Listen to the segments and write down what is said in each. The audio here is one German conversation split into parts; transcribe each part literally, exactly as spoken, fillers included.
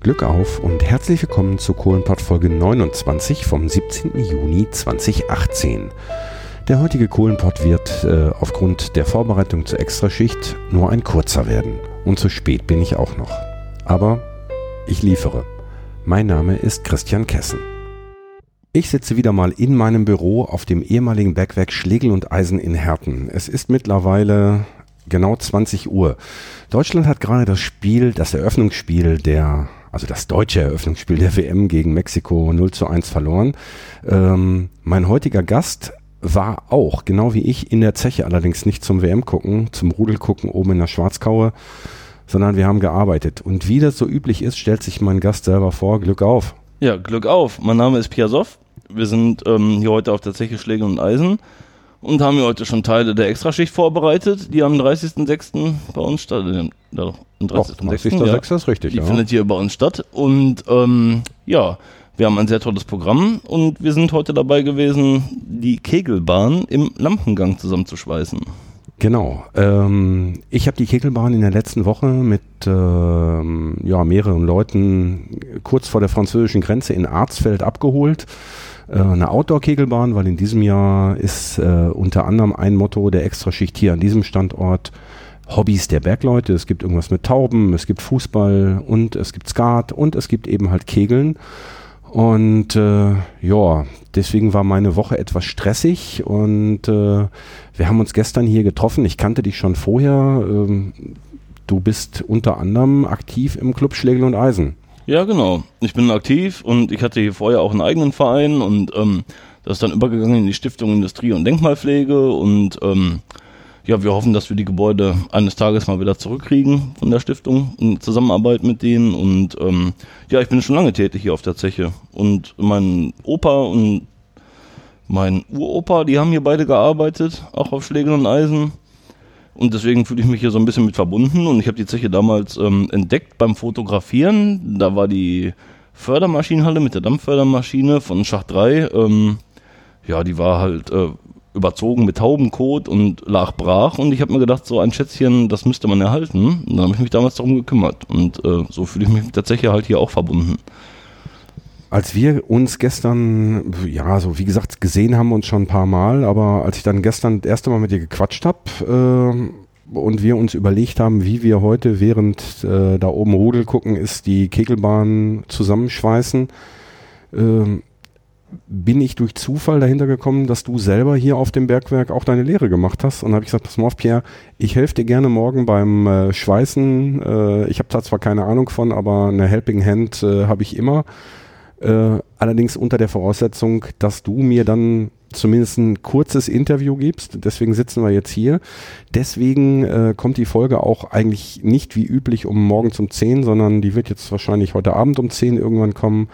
Glück auf und herzlich willkommen zu Kohlenpott Folge neunundzwanzig vom siebzehnten Juni zweitausendachtzehn. Der heutige Kohlenpott wird äh, aufgrund der Vorbereitung zur Extraschicht nur ein kurzer werden. Und zu spät bin ich auch noch. Aber ich liefere. Mein Name ist Christian Kessen. Ich sitze wieder mal in meinem Büro auf dem ehemaligen Bergwerk Schlegel und Eisen in Herten. Es ist mittlerweile genau zwanzig Uhr. Deutschland hat gerade das Spiel, das Eröffnungsspiel der, also das deutsche Eröffnungsspiel der W M gegen Mexiko null zu eins verloren. Ähm, mein heutiger Gast war auch, genau wie ich, in der Zeche, allerdings nicht zum W M gucken, zum Rudel gucken oben in der Schwarzkaue, sondern wir haben gearbeitet. Und wie das so üblich ist, stellt sich mein Gast selber vor. Glück auf. Ja, Glück auf. Mein Name ist Pierre Soff. Wir sind ähm, hier heute auf der Zeche Schlegel und Eisen und haben hier heute schon Teile der Extraschicht vorbereitet, die am dreißigsten sechsten bei uns statt. Äh, am dreißigsten sechsten Ja, ist richtig. Die ja. findet hier bei uns statt. Und ähm, ja, wir haben ein sehr tolles Programm und wir sind heute dabei gewesen, die Kegelbahn im Lampengang zusammenzuschweißen. Genau. Ähm, ich habe die Kegelbahn in der letzten Woche mit ähm, ja, mehreren Leuten kurz vor der französischen Grenze in Arzfeld abgeholt. Äh, eine Outdoor-Kegelbahn, weil in diesem Jahr ist äh, unter anderem ein Motto der Extraschicht hier an diesem Standort Hobbys der Bergleute. Es gibt irgendwas mit Tauben, es gibt Fußball und es gibt Skat und es gibt eben halt Kegeln. Und äh, ja, deswegen war meine Woche etwas stressig und äh, wir haben uns gestern hier getroffen. Ich kannte dich schon vorher. Ähm, du bist unter anderem aktiv im Club Schlegel und Eisen. Ja, genau. Ich bin aktiv und ich hatte hier vorher auch einen eigenen Verein und ähm, das ist dann übergegangen in die Stiftung Industrie- und Denkmalpflege und ähm, ja, wir hoffen, dass wir die Gebäude eines Tages mal wieder zurückkriegen von der Stiftung in Zusammenarbeit mit denen. Und ähm, ja, ich bin schon lange tätig hier auf der Zeche. Und mein Opa und mein Uropa, die haben hier beide gearbeitet, auch auf Schlegel und Eisen. Und deswegen fühle ich mich hier so ein bisschen mit verbunden. Und ich habe die Zeche damals ähm, entdeckt beim Fotografieren. Da war die Fördermaschinenhalle mit der Dampffördermaschine von Schacht drei. Ähm, ja, die war halt Äh, überzogen mit Taubenkot und lag brach und ich habe mir gedacht, so ein Schätzchen, das müsste man erhalten. Und dann habe ich mich damals darum gekümmert und äh, so fühle ich mich mit der Zeche halt hier auch verbunden. Als wir uns gestern, ja, so wie gesagt, gesehen haben uns schon ein paar Mal, aber als ich dann gestern das erste Mal mit dir gequatscht habe äh, und wir uns überlegt haben, wie wir heute, während äh, da oben Rudel gucken, ist die Kegelbahn zusammenschweißen, äh, bin ich durch Zufall dahinter gekommen, dass du selber hier auf dem Bergwerk auch deine Lehre gemacht hast. Und dann habe ich gesagt, pass mal auf, Pierre, ich helfe dir gerne morgen beim äh, Schweißen. Äh, ich habe da zwar keine Ahnung von, aber eine Helping Hand äh, habe ich immer. Äh, allerdings unter der Voraussetzung, dass du mir dann zumindest ein kurzes Interview gibst. Deswegen sitzen wir jetzt hier. Deswegen äh, kommt die Folge auch eigentlich nicht wie üblich um morgens um zehn, sondern die wird jetzt wahrscheinlich heute Abend um zehn irgendwann kommen.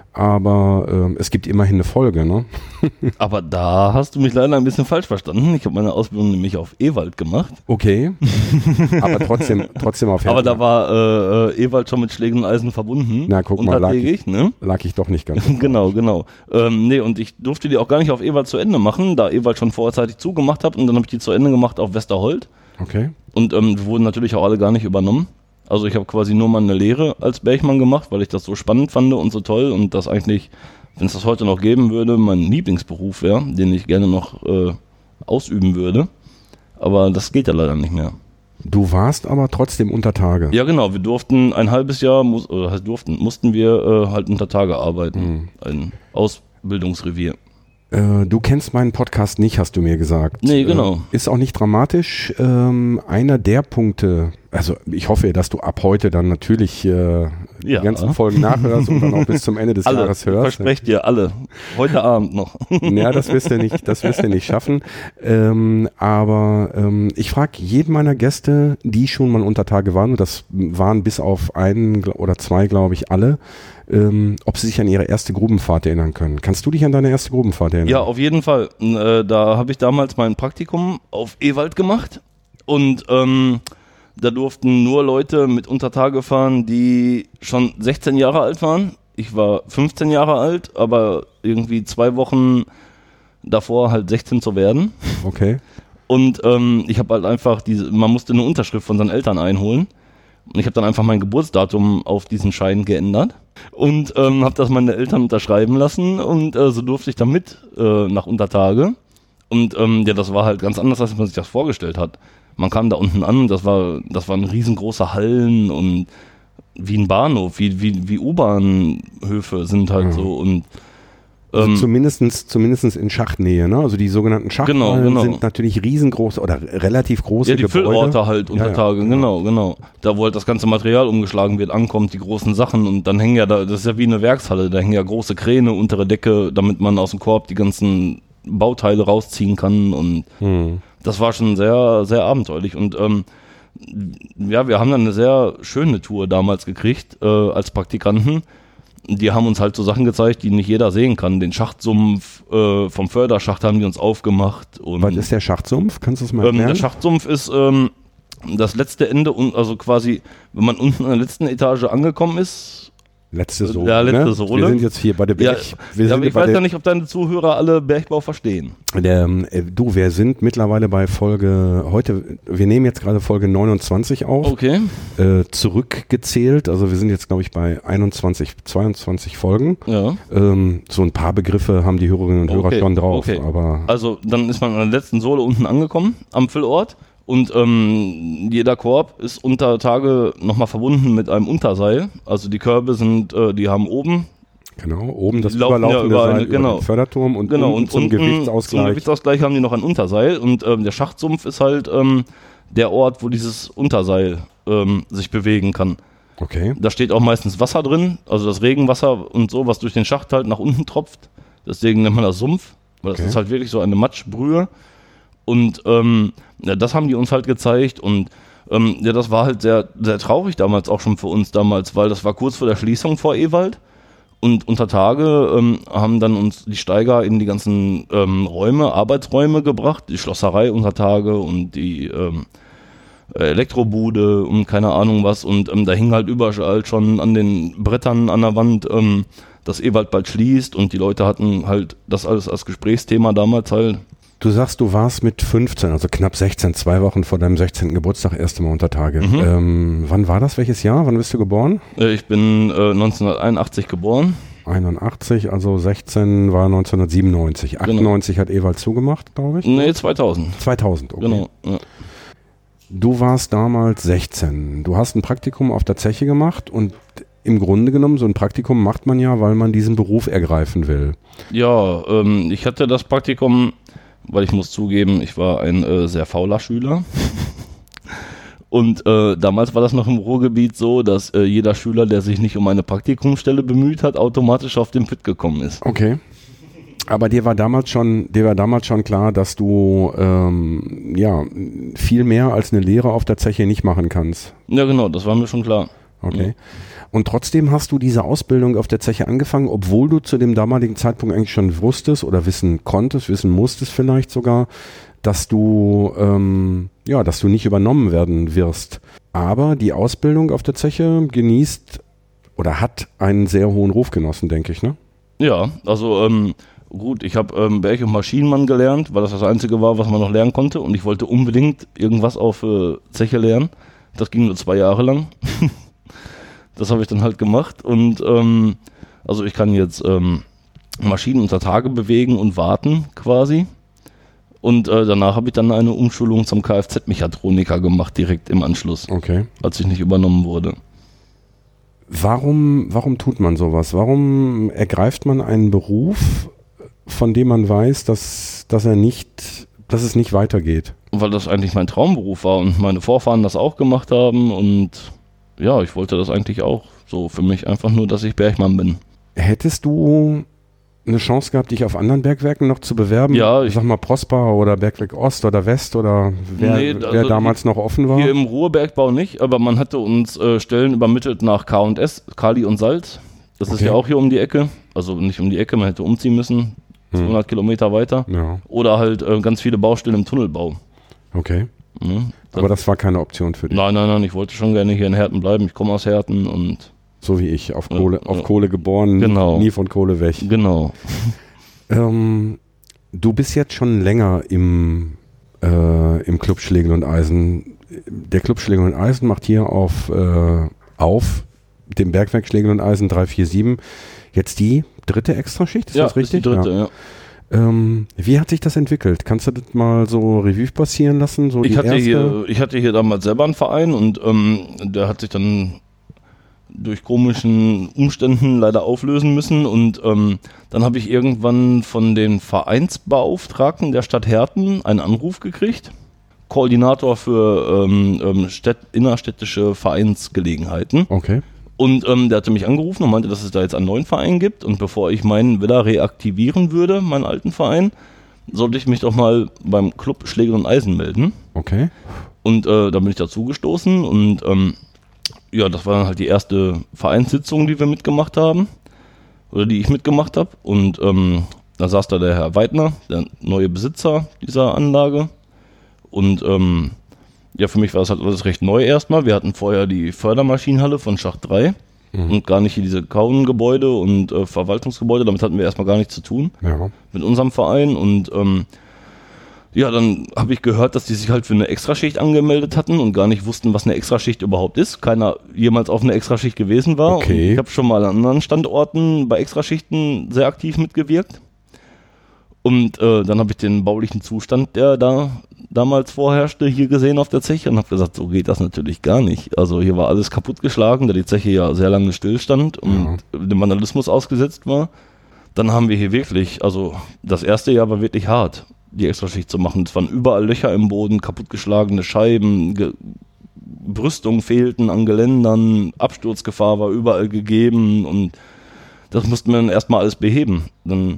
Aber ähm, es gibt immerhin eine Folge, ne? Aber da hast du mich leider ein bisschen falsch verstanden. Ich habe meine Ausbildung nämlich auf Ewald gemacht. Okay, aber trotzdem, trotzdem auf Herten. Aber da war äh, Ewald schon mit Schlegel und Eisen verbunden. Na, guck mal, lag ich, ne? lag ich doch nicht ganz. Genau, genau. Ähm, nee, und ich durfte die auch gar nicht auf Ewald zu Ende machen, da Ewald schon vorzeitig zugemacht hat und dann habe ich die zu Ende gemacht auf Westerhold. Okay. Und ähm, wir wurden natürlich auch alle gar nicht übernommen. Also ich habe quasi nur mal eine Lehre als Bergmann gemacht, weil ich das so spannend fand und so toll und das eigentlich, wenn es das heute noch geben würde, mein Lieblingsberuf wäre, den ich gerne noch äh, ausüben würde. Aber das geht ja leider nicht mehr. Du warst aber trotzdem unter Tage. Ja genau, wir durften ein halbes Jahr, muss, oder heißt durften, mussten wir äh, halt unter Tage arbeiten. Hm. Ein Ausbildungsrevier. Äh, du kennst meinen Podcast nicht, hast du mir gesagt. Nee, genau. Äh, ist auch nicht dramatisch. Ähm, einer der Punkte, also ich hoffe, dass du ab heute dann natürlich äh, die ja. ganzen Folgen nachhörst und dann auch bis zum Ende des alle, Jahres hörst. Ich verspreche dir, alle. Heute Abend noch. Ja, das wirst du nicht, das wirst du nicht schaffen. Ähm, aber ähm, ich frage jeden meiner Gäste, die schon mal unter Tage waren, und das waren bis auf einen oder zwei, glaube ich, alle, ähm, ob sie sich an ihre erste Grubenfahrt erinnern können. Kannst du dich an deine erste Grubenfahrt erinnern? Ja, auf jeden Fall. Äh, da habe ich damals mein Praktikum auf Ewald gemacht und ähm, da durften nur Leute mit unter Tage fahren, die schon sechzehn Jahre alt waren. Ich war fünfzehn Jahre alt, aber irgendwie zwei Wochen davor halt sechzehn zu werden. Okay. Und ähm, ich habe halt einfach diese, man musste eine Unterschrift von seinen Eltern einholen. Und ich habe dann einfach mein Geburtsdatum auf diesen Schein geändert und ähm, habe das meine Eltern unterschreiben lassen und äh, so durfte ich dann mit äh, nach Untertage. Und ähm, ja, das war halt ganz anders, als man sich das vorgestellt hat. Man kam da unten an, das war, das waren riesengroße Hallen und wie ein Bahnhof, wie, wie, wie U-Bahn-Höfe sind halt mhm. so und also ähm, zumindestens, zumindestens in Schachtnähe, ne? Also die sogenannten Schachthallen genau, genau. sind natürlich riesengroße oder relativ große ja, die Gebäude. Füllorte halt unter ja, Tage, ja. genau, genau. Da wo halt das ganze Material umgeschlagen wird, ankommt, die großen Sachen und dann hängen ja da, das ist ja wie eine Werkshalle, da hängen ja große Kräne, untere Decke, damit man aus dem Korb die ganzen Bauteile rausziehen kann und hm. das war schon sehr, sehr abenteuerlich und ähm, ja, wir haben dann eine sehr schöne Tour damals gekriegt äh, als Praktikanten. Die haben uns halt so Sachen gezeigt, die nicht jeder sehen kann. Den Schachtsumpf äh, vom Förderschacht haben die uns aufgemacht. Und, was ist der Schachtsumpf? Kannst du es mal ähm, erklären? Der Schachtsumpf ist ähm, das letzte Ende, also quasi, wenn man unten in der letzten Etage angekommen ist. Letzte Sohle. Ja, letzte ne? Sohle. Wir sind jetzt hier bei der Berg. Ja, wir ja, sind ich bei weiß der, ja nicht, ob deine Zuhörer alle Bergbau verstehen. Der, äh, du, wir sind mittlerweile bei Folge, heute, wir nehmen jetzt gerade Folge neunundzwanzig auf. Okay. Äh, zurückgezählt, also wir sind jetzt, glaube ich, bei einundzwanzig, zweiundzwanzig Folgen. Ja. Ähm, so ein paar Begriffe haben die Hörerinnen und Hörer okay. schon drauf. Okay. Aber also dann ist man an der letzten Sohle unten angekommen, am Füllort. Und ähm, jeder Korb ist unter Tage nochmal verbunden mit einem Unterseil. Also die Körbe sind, äh, die haben oben. Genau, oben das überlaufende ja über Seil eine, genau. über den Förderturm und genau, unten und zum unten Gewichtsausgleich. Zum Gewichtsausgleich haben die noch ein Unterseil. Und ähm, der Schachtsumpf ist halt ähm, der Ort, wo dieses Unterseil ähm, sich bewegen kann. Okay. Da steht auch meistens Wasser drin, also das Regenwasser und so, was durch den Schacht halt nach unten tropft. Deswegen nennt man das Sumpf, weil das okay. ist halt wirklich so eine Matschbrühe. Und ähm, ja, das haben die uns halt gezeigt und ähm, ja, das war halt sehr, sehr traurig damals auch schon für uns damals, weil das war kurz vor der Schließung vor Ewald und unter Tage ähm, haben dann uns die Steiger in die ganzen ähm, Räume, Arbeitsräume gebracht, die Schlosserei unter Tage und die ähm, Elektrobude und keine Ahnung was und ähm, da hing halt überall schon an den Brettern an der Wand, ähm, dass Ewald bald schließt und die Leute hatten halt das alles als Gesprächsthema damals halt. Du sagst, du warst mit fünfzehn, also knapp sechzehn, zwei Wochen vor deinem sechzehnten Geburtstag, erste Mal unter Tage. Mhm. Ähm, wann war das? Welches Jahr? Wann bist du geboren? Ich bin äh, neunzehnhunderteinundachtzig geboren. einundachtzig, also sechzehn war neunzehnhundertsiebenundneunzig. achtundneunzig genau. Hat Ewald zugemacht, glaube ich? Nee, zweitausend. zweitausend, okay. Genau, ja. Du warst damals sechzehn. Du hast ein Praktikum auf der Zeche gemacht und im Grunde genommen, so ein Praktikum macht man ja, weil man diesen Beruf ergreifen will. Ja, ähm, ich hatte das Praktikum... Weil ich muss zugeben, ich war ein äh, sehr fauler Schüler. Und äh, damals war das noch im Ruhrgebiet so, dass äh, jeder Schüler, der sich nicht um eine Praktikumsstelle bemüht hat, automatisch auf den P I T gekommen ist. Okay. Aber dir war damals schon, dir war damals schon klar, dass du ähm, ja viel mehr als eine Lehre auf der Zeche nicht machen kannst. Ja, genau, das war mir schon klar. Okay. Ja. Und trotzdem hast du diese Ausbildung auf der Zeche angefangen, obwohl du zu dem damaligen Zeitpunkt eigentlich schon wusstest oder wissen konntest, wissen musstest vielleicht sogar, dass du ähm, ja, dass du nicht übernommen werden wirst. Aber die Ausbildung auf der Zeche genießt oder hat einen sehr hohen Ruf genossen, denke ich, ne? Ja, also ähm, gut, ich habe ähm, Berg- und Maschinenmann gelernt, weil das das Einzige war, was man noch lernen konnte und ich wollte unbedingt irgendwas auf äh, Zeche lernen. Das ging nur zwei Jahre lang. Das habe ich dann halt gemacht und ähm, also ich kann jetzt ähm, Maschinen unter Tage bewegen und warten quasi und äh, danach habe ich dann eine Umschulung zum Kfz-Mechatroniker gemacht, direkt im Anschluss, okay. Als ich nicht übernommen wurde. Warum, warum tut man sowas? Warum ergreift man einen Beruf, von dem man weiß, dass, dass er nicht, dass es nicht weitergeht? Weil das eigentlich mein Traumberuf war und meine Vorfahren das auch gemacht haben und ja, ich wollte das eigentlich auch. So für mich einfach nur, dass ich Bergmann bin. Hättest du eine Chance gehabt, dich auf anderen Bergwerken noch zu bewerben? Ja. Ich, ich sag mal Prosper oder Bergwerk Ost oder West oder wer, nee, also wer damals hier, noch offen war? Hier im Ruhrbergbau nicht, aber man hatte uns äh, Stellen übermittelt nach K und S, Kali und Salz. Das okay. ist ja auch hier um die Ecke. Also nicht um die Ecke, man hätte umziehen müssen. zweihundert hm. Kilometer weiter. Ja. Oder halt äh, ganz viele Baustellen im Tunnelbau. Okay. Mhm. Aber das war keine Option für dich? Nein, nein, nein, ich wollte schon gerne hier in Herten bleiben. Ich komme aus Herten und... So wie ich, auf Kohle, ja, auf ja. Kohle geboren, genau. nie von Kohle weg. Genau. Ähm, du bist jetzt schon länger im, äh, im Club Schlegel und Eisen. der Club Schlegel und Eisen macht hier auf, äh, auf dem Bergwerk Schlegel und Eisen drei vier sieben jetzt die dritte Extraschicht, ist ja, das richtig? Ist die dritte, ja. ja. Ähm, wie hat sich das entwickelt? Kannst du das mal so Revue passieren lassen? So ich, die hatte erste? hier, ich hatte hier damals selber einen Verein und ähm, der hat sich dann durch komischen Umständen leider auflösen müssen und ähm, dann habe ich irgendwann von den Vereinsbeauftragten der Stadt Herten einen Anruf gekriegt, Koordinator für ähm, ähm, Städt, innerstädtische Vereinsgelegenheiten. Okay. Und ähm, der hatte mich angerufen und meinte, dass es da jetzt einen neuen Verein gibt und bevor ich meinen wieder reaktivieren würde, meinen alten Verein, sollte ich mich doch mal beim Club Schlegel und Eisen melden. Okay. Und äh, da bin ich dazu gestoßen und ähm, ja, das war dann halt die erste Vereinssitzung, die wir mitgemacht haben oder die ich mitgemacht habe und ähm, da saß da der Herr Weidner, der neue Besitzer dieser Anlage und ähm, ja, für mich war das halt alles recht neu erstmal. Wir hatten vorher die Fördermaschinenhalle von Schacht drei mhm. und gar nicht hier diese Kauengebäude und äh, Verwaltungsgebäude. Damit hatten wir erstmal gar nichts zu tun ja. mit unserem Verein. Und ähm, ja, dann habe ich gehört, dass die sich halt für eine Extraschicht angemeldet hatten und gar nicht wussten, was eine Extraschicht überhaupt ist. Keiner jemals auf eine Extraschicht gewesen war. Okay. Und ich habe schon mal an anderen Standorten bei Extraschichten sehr aktiv mitgewirkt. Und äh, dann habe ich den baulichen Zustand, der da damals vorherrschte, hier gesehen auf der Zeche und habe gesagt, so geht das natürlich gar nicht. Also hier war alles kaputtgeschlagen, da die Zeche ja sehr lange stillstand und ja. dem Vandalismus ausgesetzt war. Dann haben wir hier wirklich, also das erste Jahr war wirklich hart, die Extraschicht zu machen. Es waren überall Löcher im Boden, kaputtgeschlagene Scheiben, Ge- Brüstungen fehlten an Geländern, Absturzgefahr war überall gegeben und das mussten wir dann erstmal alles beheben. Dann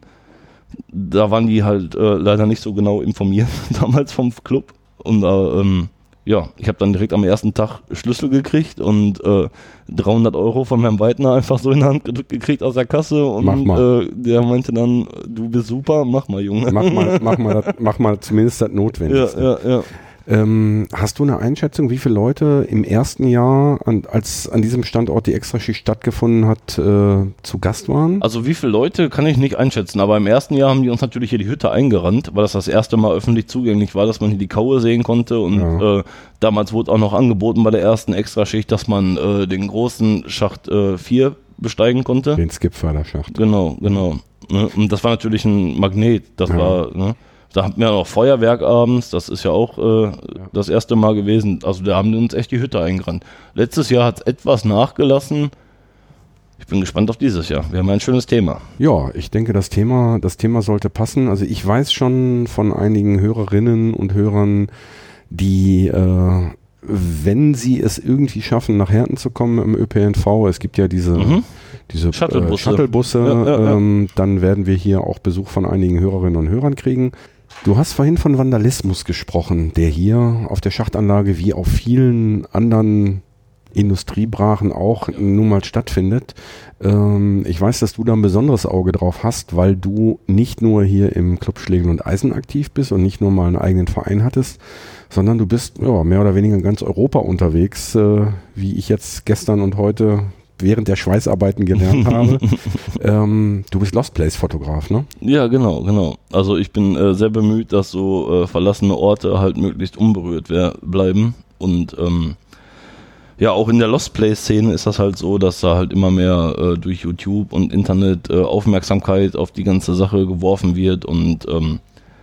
Da waren die halt äh, leider nicht so genau informiert damals vom Club und äh, ähm, ja, ich habe dann direkt am ersten Tag Schlüssel gekriegt und äh, dreihundert Euro von Herrn Weidner einfach so in die Hand gedrückt gekriegt aus der Kasse und äh, der meinte dann, du bist super, mach mal, Junge. Mach mal, mach mal, das, mach mal zumindest das Notwendigste. Ja, ja, ja. Ähm, hast du eine Einschätzung, wie viele Leute im ersten Jahr, an, als an diesem Standort die Extraschicht stattgefunden hat, äh, zu Gast waren? Also wie viele Leute kann ich nicht einschätzen, aber im ersten Jahr haben die uns natürlich hier die Hütte eingerannt, weil das das erste Mal öffentlich zugänglich war, dass man hier die Kaue sehen konnte und ja. äh, damals wurde auch noch angeboten bei der ersten Extraschicht, dass man äh, den großen Schacht äh, vier besteigen konnte. Den Skipförderschacht. Genau, genau. Ne? Und das war natürlich ein Magnet, das ja. war... Ne? Da hatten wir noch Feuerwerk abends, das ist ja auch äh, ja. das erste Mal gewesen. Also da haben die uns echt die Hütte eingerannt. Letztes Jahr hat es etwas nachgelassen. Ich bin gespannt auf dieses Jahr. Wir haben ein schönes Thema. Ja, ich denke, das Thema, das Thema sollte passen. Also ich weiß schon von einigen Hörerinnen und Hörern, die, äh, wenn sie es irgendwie schaffen, nach Herten zu kommen im Ö P N V, es gibt ja diese, mhm. diese Shuttlebusse, äh, Shuttlebusse ja, ja, ja. Ähm, dann werden wir hier auch Besuch von einigen Hörerinnen und Hörern kriegen. Du hast vorhin von Vandalismus gesprochen, der hier auf der Schachtanlage wie auf vielen anderen Industriebrachen auch nun mal stattfindet. Ähm, ich weiß, dass du da ein besonderes Auge drauf hast, weil du nicht nur hier im Club Schlegel und Eisen aktiv bist und nicht nur mal einen eigenen Verein hattest, sondern du bist ja, mehr oder weniger in ganz Europa unterwegs, äh, wie ich jetzt gestern und heute während der Schweißarbeiten gelernt habe. ähm, du bist Lost Place Fotograf, ne? Ja, genau, genau. Also ich bin äh, sehr bemüht, dass so äh, verlassene Orte halt möglichst unberührt wer- bleiben und ähm, ja, auch in der Lost Place Szene ist das halt so, dass da halt immer mehr äh, durch YouTube und Internet äh, Aufmerksamkeit auf die ganze Sache geworfen wird und ähm,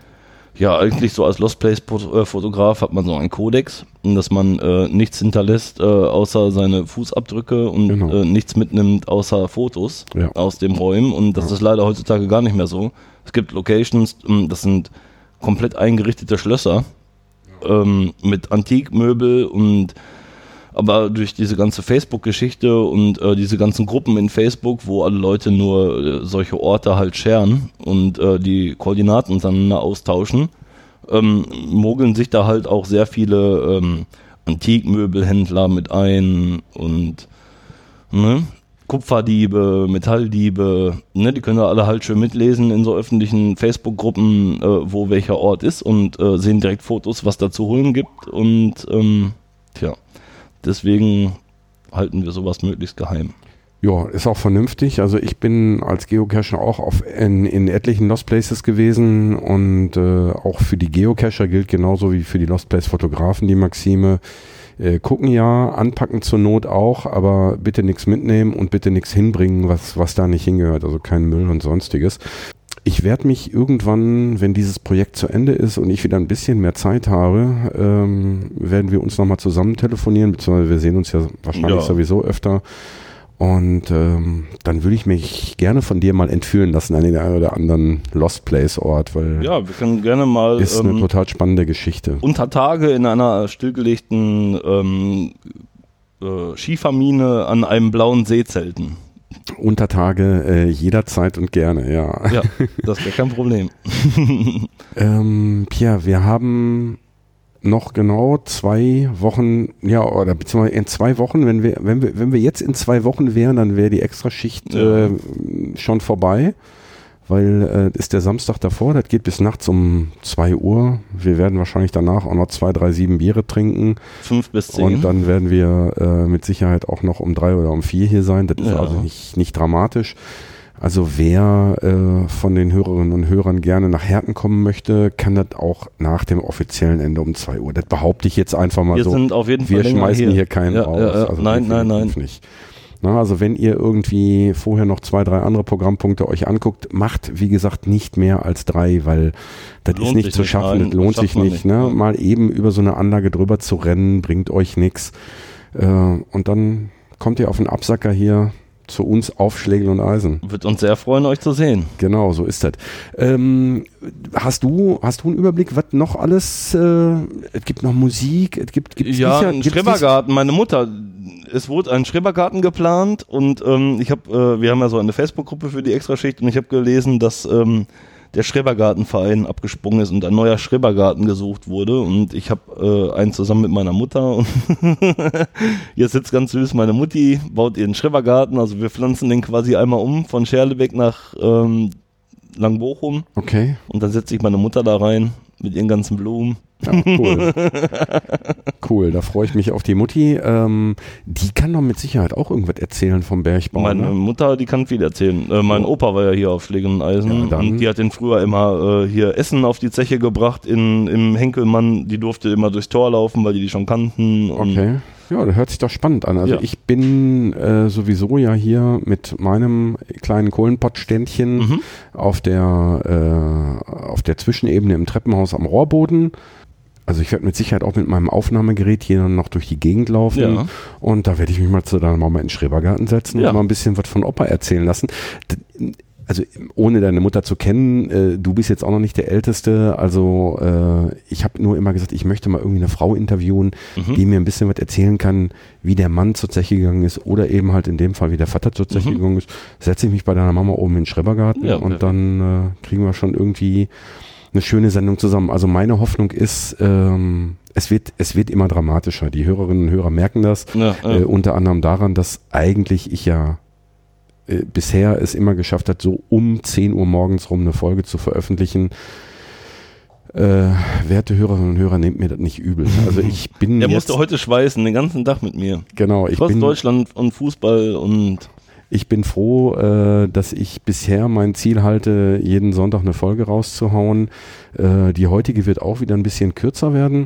ja, eigentlich so als Lost Place Fotograf hat man so einen Kodex, dass man äh, nichts hinterlässt, äh, außer seine Fußabdrücke und genau. äh, nichts mitnimmt, außer Fotos ja. aus den Räumen und das ja. ist leider heutzutage gar nicht mehr so. Es gibt Locations, das sind komplett eingerichtete Schlösser ja. ähm, mit Antikmöbel und aber durch diese ganze Facebook-Geschichte und äh, diese ganzen Gruppen in Facebook, wo alle Leute nur äh, solche Orte halt sharen und äh, die Koordinaten untereinander austauschen, ähm, mogeln sich da halt auch sehr viele ähm, Antikmöbelhändler mit ein und ne, Kupferdiebe, Metalldiebe, ne, die können da alle halt schön mitlesen in so öffentlichen Facebook-Gruppen, äh, wo welcher Ort ist und äh, sehen direkt Fotos, was da zu holen gibt und ähm, tja. Deswegen halten wir sowas möglichst geheim. Ja, ist auch vernünftig. Also ich bin als Geocacher auch auf in, in etlichen Lost Places gewesen und äh, auch für die Geocacher gilt genauso wie für die Lost Place Fotografen die Maxime, äh, gucken ja, anpacken zur Not auch, aber bitte nichts mitnehmen und bitte nichts hinbringen, was, was da nicht hingehört, also kein Müll und sonstiges. Ich werde mich irgendwann, wenn dieses Projekt zu Ende ist und ich wieder ein bisschen mehr Zeit habe, ähm, werden wir uns nochmal zusammen telefonieren, beziehungsweise wir sehen uns ja wahrscheinlich ja. sowieso öfter. Und ähm, dann würde ich mich gerne von dir mal entführen lassen an den einen oder anderen Lost Place Ort, weil ja, wir können gerne mal ist eine ähm, total spannende Geschichte. Unter Tage in einer stillgelegten ähm, äh, Schiefermine an einem blauen See zelten. Unter Tage äh, jederzeit und gerne, ja. Ja, das wäre kein Problem. ähm, Pierre, wir haben noch genau zwei Wochen, ja, oder beziehungsweise in zwei Wochen, wenn wir, wenn wir, wenn wir jetzt in zwei Wochen wären, dann wäre die Extraschicht ja. äh, schon vorbei, weil äh, ist der Samstag davor, das geht bis nachts um zwei Uhr. Wir werden wahrscheinlich danach auch noch zwei, drei, sieben Biere trinken. Fünf bis zehn. Und dann werden wir äh, mit Sicherheit auch noch um drei oder um vier hier sein. Das ist ja. also nicht, nicht dramatisch. Also wer äh, von den Hörerinnen und Hörern gerne nach Herten kommen möchte, kann das auch nach dem offiziellen Ende um zwei Uhr. Das behaupte ich jetzt einfach mal wir so. Wir sind auf jeden Fall Wir schmeißen hier, hier keinen ja, raus. Ja, ja. Also nein, nein, nein. Nicht. Na, also wenn ihr irgendwie vorher noch zwei, drei andere Programmpunkte euch anguckt, macht, wie gesagt, nicht mehr als drei, weil das lohnt ist nicht zu schaffen, nein, das lohnt sich nicht. nicht ne? Mal eben über so eine Anlage drüber zu rennen, bringt euch nichts. Äh, und dann kommt ihr auf den Absacker hier zu uns auf Schlegel und Eisen. Wird uns sehr freuen, euch zu sehen. Genau, so ist das. Ähm, hast du hast du einen Überblick, was noch alles, äh, es gibt noch Musik, es gibt gibt's ja, sicher, einen Schrebergarten, meine Mutter, es wurde ein Schrebergarten geplant und ähm, ich habe, äh, wir haben ja so eine Facebook-Gruppe für die Extraschicht und ich habe gelesen, dass ähm, der Schrebergartenverein abgesprungen ist und ein neuer Schrebergarten gesucht wurde und ich habe äh, einen zusammen mit meiner Mutter und jetzt sitzt ganz süß meine Mutti, baut ihren Schrebergarten, also wir pflanzen den quasi einmal um von Scherlebeck nach ähm, Langbochum. Okay. Und dann setze ich meine Mutter da rein mit ihren ganzen Blumen. Ja, cool. Cool, da freue ich mich auf die Mutti. Ähm, die kann doch mit Sicherheit auch irgendwas erzählen vom Bergbau. Meine ne? Mutter, die kann viel erzählen. Äh, mein oh. Opa war ja hier auf Schlegel und Eisen ja, und die hat den früher immer äh, hier Essen auf die Zeche gebracht in, im Henkelmann. Die durfte immer durchs Tor laufen, weil die die schon kannten. Und okay. Ja, das hört sich doch spannend an. Also ja. ich bin äh, sowieso ja hier mit meinem kleinen Kohlenpottständchen mhm. auf der äh, auf der Zwischenebene im Treppenhaus am Rohrboden. Also ich werde mit Sicherheit auch mit meinem Aufnahmegerät hier noch durch die Gegend laufen ja. und da werde ich mich mal zu deiner Mama in den Schrebergarten setzen ja. und mal ein bisschen was von Opa erzählen lassen. Also ohne deine Mutter zu kennen, äh, du bist jetzt auch noch nicht der Älteste, also äh, ich habe nur immer gesagt, ich möchte mal irgendwie eine Frau interviewen, mhm. die mir ein bisschen was erzählen kann, wie der Mann zur Zeche gegangen ist oder eben halt in dem Fall, wie der Vater zur Zeche mhm. gegangen ist. Setze ich mich bei deiner Mama oben in den Schrebergarten ja, und dann äh, kriegen wir schon irgendwie eine schöne Sendung zusammen. Also meine Hoffnung ist, ähm, es wird, es wird immer dramatischer. Die Hörerinnen und Hörer merken das, ja, ja. Äh, unter anderem daran, dass eigentlich ich ja äh, bisher es immer geschafft hat, so um zehn Uhr morgens rum eine Folge zu veröffentlichen. Äh, werte Hörerinnen und Hörer, nehmt mir das nicht übel. Also ich bin Der jetzt, musste heute schweißen, den ganzen Tag mit mir. Genau, ich Trotz bin Deutschland und Fußball und Ich bin froh, äh, dass ich bisher mein Ziel halte, jeden Sonntag eine Folge rauszuhauen. Äh, die heutige wird auch wieder ein bisschen kürzer werden.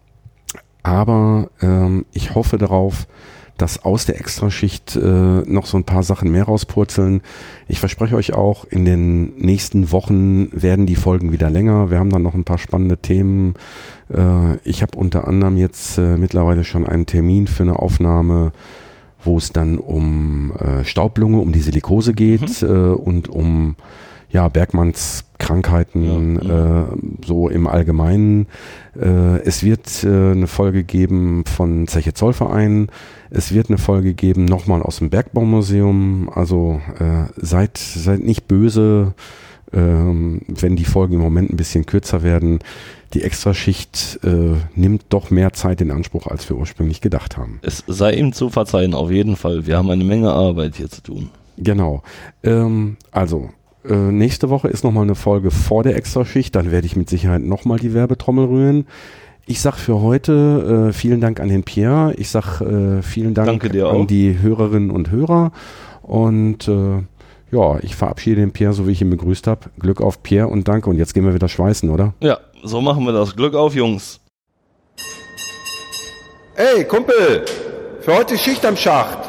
Aber ähm, ich hoffe darauf, dass aus der Extraschicht äh, noch so ein paar Sachen mehr rauspurzeln. Ich verspreche euch auch, in den nächsten Wochen werden die Folgen wieder länger. Wir haben dann noch ein paar spannende Themen. Äh, ich habe unter anderem jetzt äh, mittlerweile schon einen Termin für eine Aufnahme, wo es dann um äh, Staublunge, um die Silikose geht mhm. äh, und um ja, Bergmanns Krankheiten ja, äh, so im Allgemeinen. Äh, es wird äh, eine Folge geben von Zeche Zollverein. Es wird eine Folge geben nochmal aus dem Bergbaumuseum. Also äh, seid, seid nicht böse, äh, wenn die Folgen im Moment ein bisschen kürzer werden. Die Extraschicht äh, nimmt doch mehr Zeit in Anspruch, als wir ursprünglich gedacht haben. Es sei ihm zu verzeihen, auf jeden Fall. Wir haben eine Menge Arbeit hier zu tun. Genau. Ähm, also, äh, nächste Woche ist nochmal eine Folge vor der Extraschicht. Dann werde ich mit Sicherheit nochmal die Werbetrommel rühren. Ich sag für heute äh, vielen Dank an den Pierre. Ich sag äh, vielen Dank Danke dir an auch. die Hörerinnen und Hörer. Und äh, ja, ich verabschiede den Pierre, so wie ich ihn begrüßt habe. Glück auf, Pierre, und danke. Und jetzt gehen wir wieder schweißen, oder? Ja, so machen wir das. Glück auf, Jungs. Ey, Kumpel, für heute Schicht am Schacht.